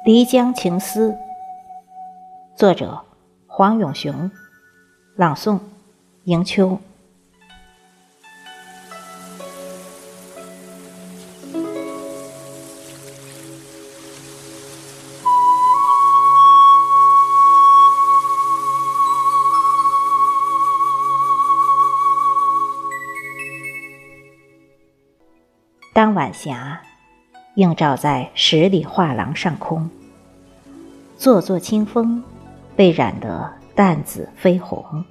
漓江情思，作者黄永雄，朗诵迎秋。当晚霞映照在十里画廊上空，座座清风被染得淡紫绯红。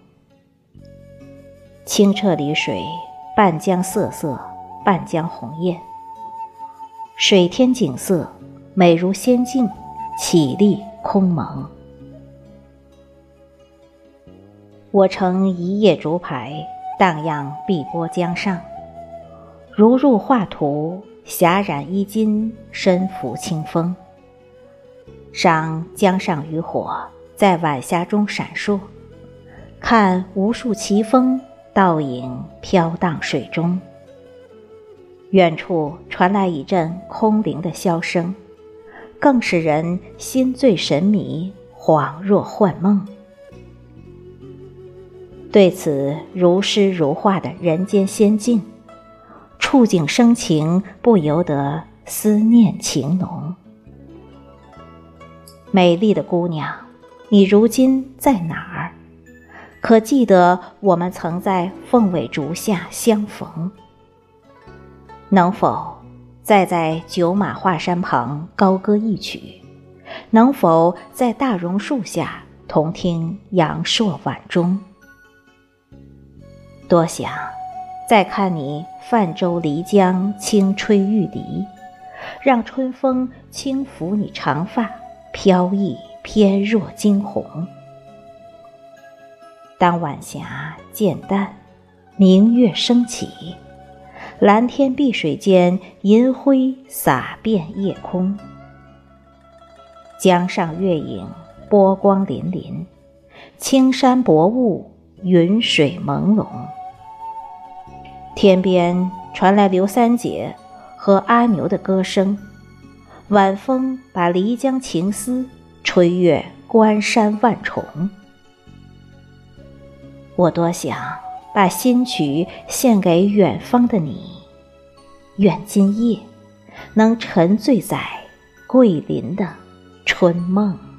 清澈离水，半江瑟瑟，半江红艳。水天景色美如仙境，绮丽空蒙。我乘一叶竹排，荡漾碧波江上，如入画图，霞染衣襟，身拂清风。赏江上渔火在晚霞中闪烁，看无数奇峰倒影飘荡水中。远处传来一阵空灵的箫声，更使人心醉神迷，恍若幻梦。对此如诗如画的人间仙境，触景生情，不由得思念情浓。美丽的姑娘，你如今在哪儿？可记得我们曾在凤尾竹下相逢？能否再在九马画山旁高歌一曲？能否在大榕树下同听阳朔晚钟？多想再看你泛舟漓江，轻吹玉笛，让春风轻拂你长发，飘逸翩若惊鸿。当晚霞渐淡，明月升起，蓝天碧水间，银辉洒遍夜空。江上月影波光粼粼，青山薄雾，云水朦胧。天边传来刘三姐和阿牛的歌声，晚风把漓江情思吹越关山万重。我多想把新曲献给远方的你，愿今夜能沉醉在桂林的春梦。